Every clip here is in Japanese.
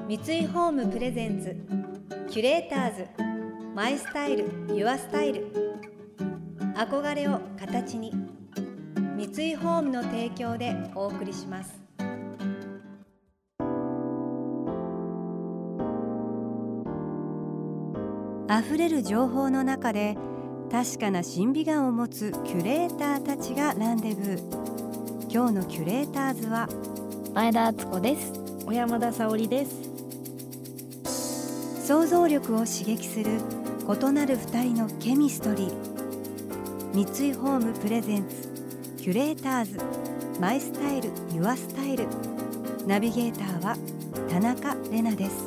三井ホームプレゼンツキュレーターズマイスタイルユアスタイル、憧れを形に、三井ホームの提供でお送りします。あふれる情報の中で確かな審美眼を持つキュレーターたちがランデブー。今日のキュレーターズは前田敦子です。 小山田沙織です。 想像力を刺激する異なる二人のケミストリー。三井ホームプレゼンツキュレーターズマイスタイルユアスタイル、ナビゲーターは田中れなです。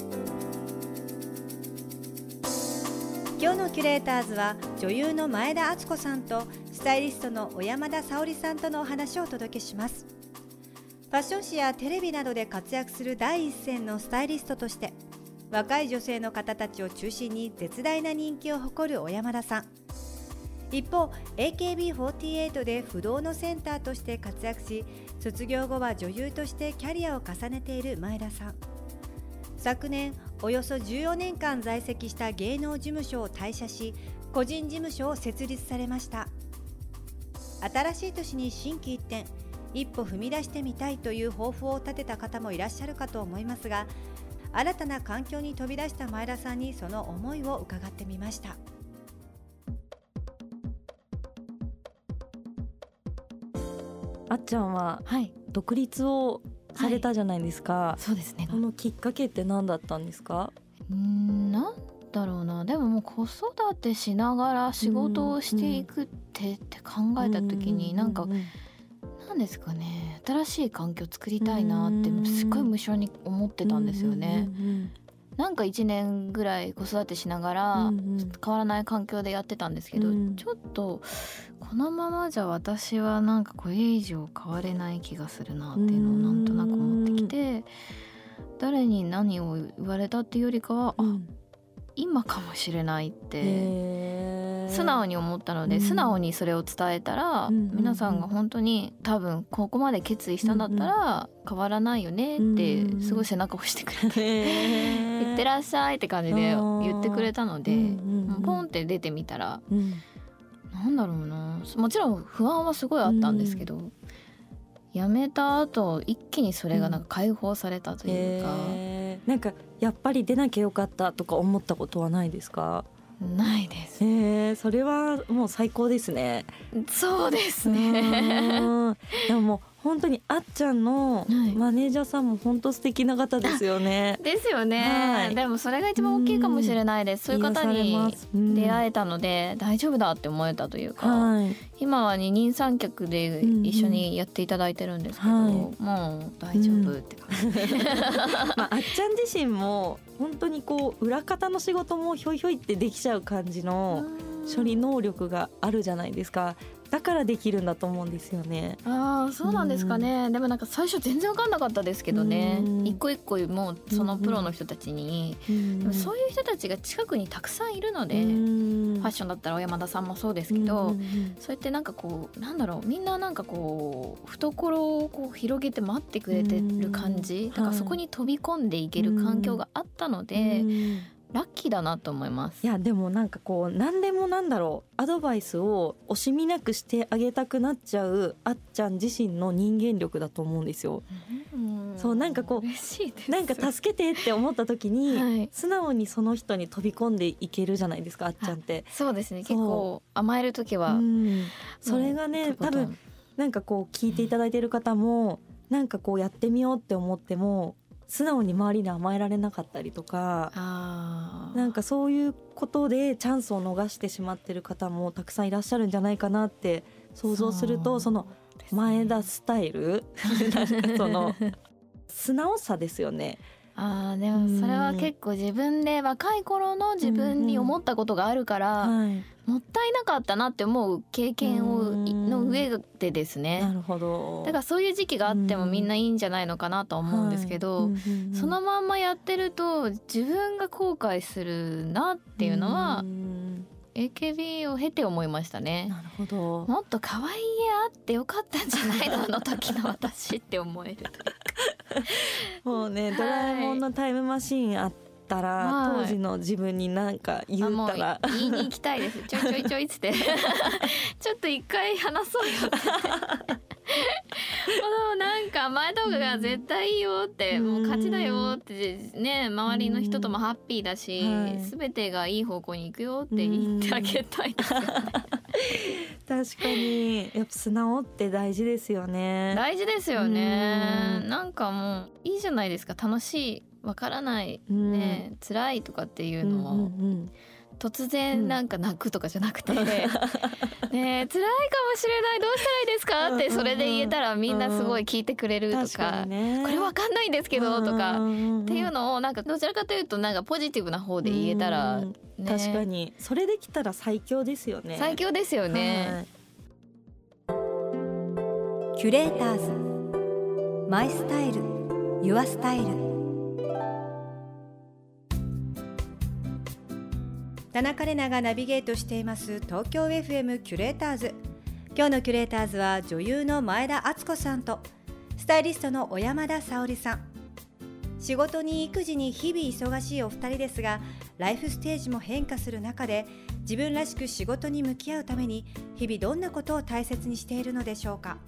今日のキュレーターズは女優の前田敦子さんとスタイリストの小山田沙織さんとのお話をお届けします。ファッション誌やテレビなどで活躍する第一線のスタイリストとして若い女性の方たちを中心に絶大な人気を誇る小山田さん。一方 AKB48 で不動のセンターとして活躍し、卒業後は女優としてキャリアを重ねている前田さん。昨年およそ14年間在籍した芸能事務所を退社し、個人事務所を設立されました。新しい年に心機一転、一歩踏み出してみたいという抱負を立てた方もいらっしゃるかと思いますが、新たな環境に飛び出した前田さんにその思いを伺ってみました。 あっちゃんは独立をされたじゃないですか、 そうですね。 このきっかけって何だったんですか？ なんだろうな、でももう子育てしながら仕事をしていくって考えた時に、なんかなんですかね、新しい環境作りたいなってすっごい無性に思ってたんですよね。なんか1年ぐらい子育てしながら変わらない環境でやってたんですけど、ちょっとこのままじゃ私はなんかこれ以上変われない気がするなっていうのをなんとなく思ってきて、誰に何を言われたっていうよりかは、今かもしれないって素直に思ったので、素直にそれを伝えたら、皆さんが本当に多分ここまで決意したんだったら変わらないよねってすごい背中を押してくれて、いってらっしゃいって感じで言ってくれたので、ポンって出てみたら、なんだろうな、もちろん不安はすごいあったんですけど、辞めた後一気にそれがなんか解放されたというか、 なんかやっぱり出なきゃよかったとか思ったことはないですか？ ないです。 それはもう最高ですね。 そうですね。 でももう本当にあっちゃんのマネージャーさんも本当素敵な方ですよね。 ですよね、でもそれが一番大きいかもしれないです。そういう方に出会えたので大丈夫だって思えたというか、今は二人三脚で一緒にやっていただいてるんですけど、もう大丈夫って感じ、 あっちゃん自身も本当にこう裏方の仕事もひょいひょいってできちゃう感じの処理能力があるじゃないですか。だからできるんだと思うんですよね。 そうなんですかね。でもなんか最初全然分かんなかったですけどね、一個一個もうそのプロの人たちに、でもそういう人たちが近くにたくさんいるので、ファッションだったら小山田さんもそうですけど、そうやってなんかこうなんだろう、みんななんかこう懐をこう広げて待ってくれてる感じ、だからそこに飛び込んでいける環境があったので、ラッキーだなと思います。 いやでもなんかこう何でもなんだろう、アドバイスを惜しみなくしてあげたくなっちゃうあっちゃん自身の人間力だと思うんですよ。そうなんかこう嬉しいです。 なんか助けてって思った時に、素直にその人に飛び込んでいけるじゃないですか、あっちゃんって。 そうですね、結構甘える時は、 それがね、多分なんかこう聞いていただいている方もなんかこうやってみようって思っても素直に周りに甘えられなかったりとか、なんかそういうことでチャンスを逃してしまってる方もたくさんいらっしゃるんじゃないかなって想像すると、その前田スタイルなんかその素直さですよね。 でもそれは結構自分で若い頃の自分に思ったことがあるから、もったいなかったなって思う経験の上でですね。 なるほど。 だからそういう時期があってもみんないいんじゃないのかなと思うんですけど、そのまんまやってると自分が後悔するなっていうのはAKB を経て思いましたね。 なるほど。 もっと可愛い家あってよかったんじゃないのあの時の私って思えるというかもうね、ドラえもんのタイムマシーンあったら、はい、当時の自分に何か言ったら言いに行きたいです。ちょいちょいっつってちょっと一回話そうよってなんか前動画が絶対いいよって、もう勝ちだよってね、周りの人ともハッピーだし、全てがいい方向に行くよって言ってあげたいですよね確かにやっぱ素直って大事ですよね。 大事ですよね。なんかもういいじゃないですか。楽しい、わからないね、辛いとかっていうのを、突然なんか泣くとかじゃなくて、ねえ辛いかもしれない、どうしたらいいですかってそれで言えたらみんなすごい聞いてくれるとか、これわかんないんですけどとかっていうのをなんかどちらかというとなんかポジティブな方で言えたら、ね、 確かにそれできたら最強ですよね。 最強ですよね。 キュレーターズマイスタイルユアスタイル。田中玲奈がナビゲートしています東京 FM キュレーターズ。今日のキュレーターズは女優の前田敦子さんとスタイリストの小山田沙織さん。仕事に育児に日々忙しいお二人ですが、ライフステージも変化する中で自分らしく仕事に向き合うために日々どんなことを大切にしているのでしょうか。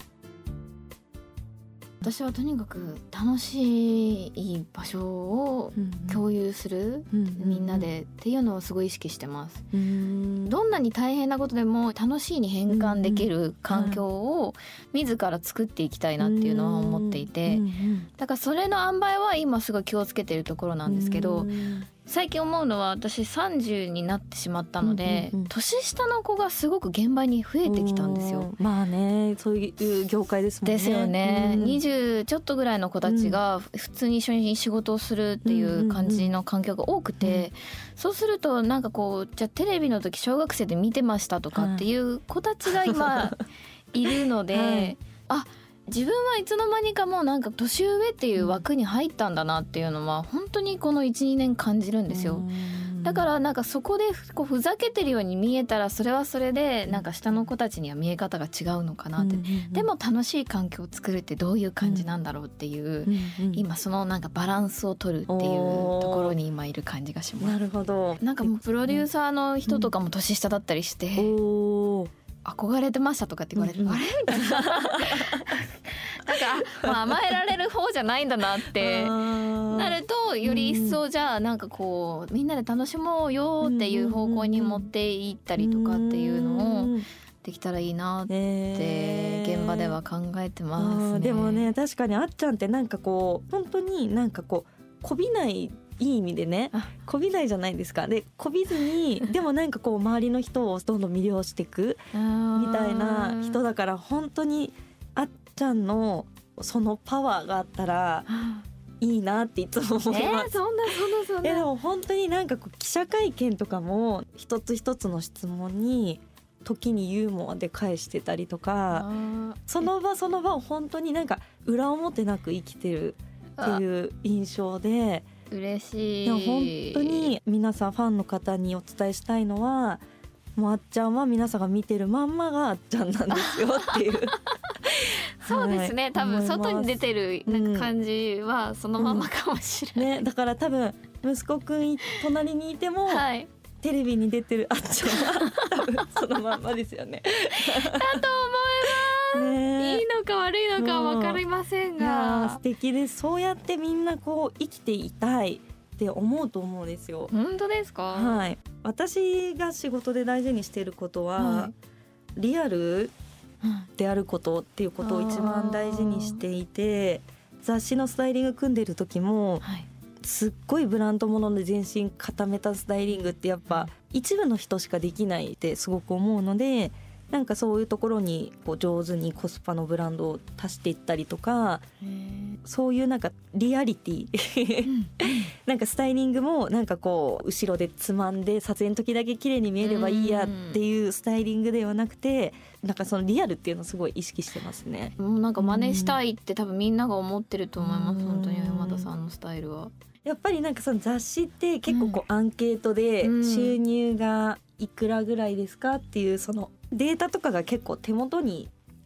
私はとにかく楽しい場所を共有する、みんなでっていうのをすごい意識してます。どんなに大変なことでも楽しいに変換できる環境を自ら作っていきたいなっていうのは思っていて、だからそれの塩梅は今すごい気をつけているところなんですけど、最近思うのは私30になってしまったので、年下の子がすごく現場に増えてきたんですよ。 まあね、そういう業界ですもんね。 ですよね。20ちょっとぐらいの子たちが普通に一緒に仕事をするっていう感じの環境が多くて、そうするとなんかこう、じゃあテレビの時小学生で見てましたとかっていう子たちが今いるので、あ、自分はいつの間にかもうなんか年上っていう枠に入ったんだなっていうのは本当にこの 1,2 年感じるんですよ。だからなんかそこでこうふざけてるように見えたらそれはそれでなんか下の子たちには見え方が違うのかなって、でも楽しい環境を作るってどういう感じなんだろうっていう、今そのなんかバランスを取るっていうところに今いる感じがします。 なるほど。 なんかもうプロデューサーの人とかも年下だったりして、憧れてましたとかって言われて、あれみたいななんか、まあ、甘えられる方じゃないんだなってなると、より一層じゃあなんかこうみんなで楽しもうよっていう方向に持っていったりとかっていうのをできたらいいなって現場では考えてますね。 でもね、確かにあっちゃんってなんかこう本当になんかこうこびない、いい意味でね、こびないじゃないですか。でこびずにでもなんかこう周りの人をどんどん魅了していくみたいな人だから、本当にあっちゃんのそのパワーがあったらいいなっていつも思います。 そんなでも本当になんかこう記者会見とかも一つ一つの質問に時にユーモアで返してたりとか、その場その場を本当になんか裏表なく生きてるっていう印象で、 嬉しい。 でも本当に皆さんファンの方にお伝えしたいのは、もうあっちゃんは皆さんが見てるまんまがあっちゃんなんですよっていうそうですね、多分外に出てるなんか感じはそのままかもしれない、 だから多分息子くん隣にいても、テレビに出てるあっちゃんは多分そのまんまですよねだと思います、いいのか悪いのか分かりませんが、 素敵です。そうやってみんなこう生きていたいって思うと思うんですよ。 本当ですか？ はい、私が仕事で大事にしていることは、リアルであることっていうことを一番大事にしていて、雑誌のスタイリング組んでる時も、すっごいブランド物で全身固めたスタイリングってやっぱ一部の人しかできないってすごく思うので、なんかそういうところにこう上手にコスパのブランドを足していったりとか、そういうなんかリアリティなんかスタイリングもなんかこう後ろでつまんで撮影の時だけ綺麗に見えればいいやっていうスタイリングではなくて、なんかそのリアルっていうのをすごい意識してますね。 もうなんか真似したいって多分みんなが思ってると思います。本当に山田さんのスタイルはやっぱりなんかその雑誌って結構こうアンケートで収入がいくらぐらいですかっていうそのデータとかが結構手元に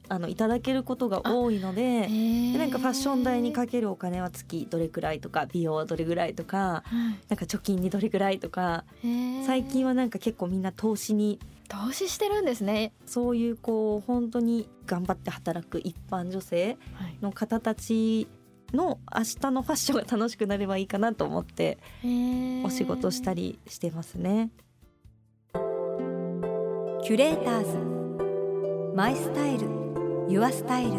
いただけることが多いので、なんかファッション代にかけるお金は月どれくらいとか、美容はどれぐらいとか、なんか貯金にどれぐらいとか、最近はなんか結構みんな投資してるんですね。 そういうこう本当に頑張って働く一般女性の方たちの明日のファッションが楽しくなればいいかなと思ってお仕事したりしてますね。 キュレーターズマイスタイルユアスタイル。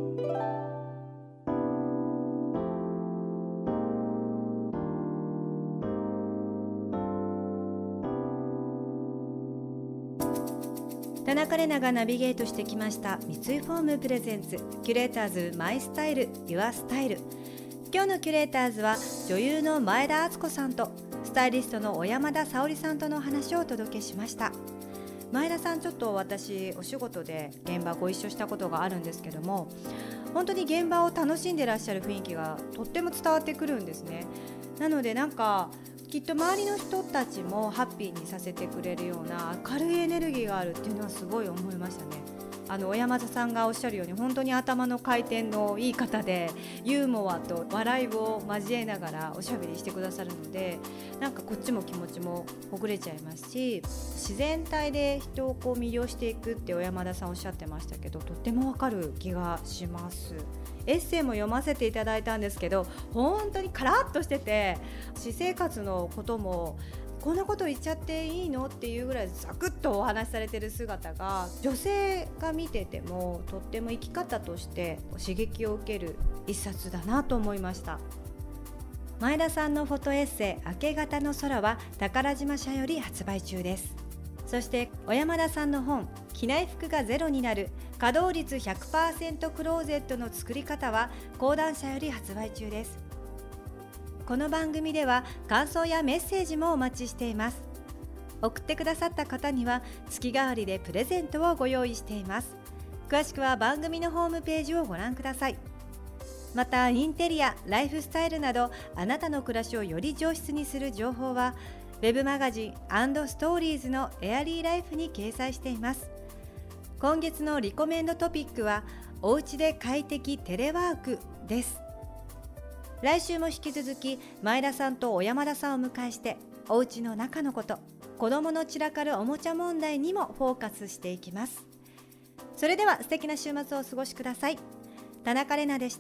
田中れながナビゲートしてきました三井フォームプレゼンツキュレーターズマイスタイルユアスタイル。今日のキュレーターズは女優の前田敦子さんとスタイリストの小山田沙織さんとのお話をお届けしました。前田さん、ちょっと私お仕事で現場ご一緒したことがあるんですけども、本当に現場を楽しんでらっしゃる雰囲気がとっても伝わってくるんですね。なのでなんかきっと周りの人たちもハッピーにさせてくれるような明るいエネルギーがあるっていうのはすごい思いましたね。小山田さんがおっしゃるように本当に頭の回転のいい方で、ユーモアと笑いを交えながらおしゃべりしてくださるので、なんかこっちも気持ちもほぐれちゃいますし、自然体で人をこう魅了していくって小山田さんおっしゃってましたけど、とってもわかる気がします。エッセイも読ませていただいたんですけど、本当にカラッとしてて、私生活のこともこんなこと言っちゃっていいのっていうぐらいザクッとお話しされてる姿が、女性が見ててもとっても生き方として刺激を受ける一冊だなと思いました。前田さんのフォトエッセイ明け方の空は宝島社より発売中です。そして小山田さんの本着ない服がゼロになる稼働率 100% クローゼットの作り方は講談社より発売中です。この番組では感想やメッセージもお待ちしています。送ってくださった方には月替わりでプレゼントをご用意しています。詳しくは番組のホームページをご覧ください。またインテリア、ライフスタイルなどあなたの暮らしをより上質にする情報はウェブマガジン&ストーリーズのエアリーライフに掲載しています。今月のリコメンドトピックはおうちで快適テレワークです。来週も引き続き前田さんと小山田さんを迎えして、おうちの中のこと、子どもの散らかるおもちゃ問題にもフォーカスしていきます。それでは素敵な週末をお過ごしください。田中れなでした。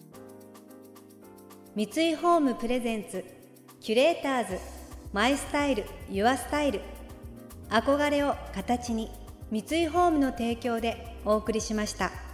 三井ホームプレゼンツキュレーターズマイスタイルユアスタイル。憧れを形に、三井ホームの提供でお送りしました。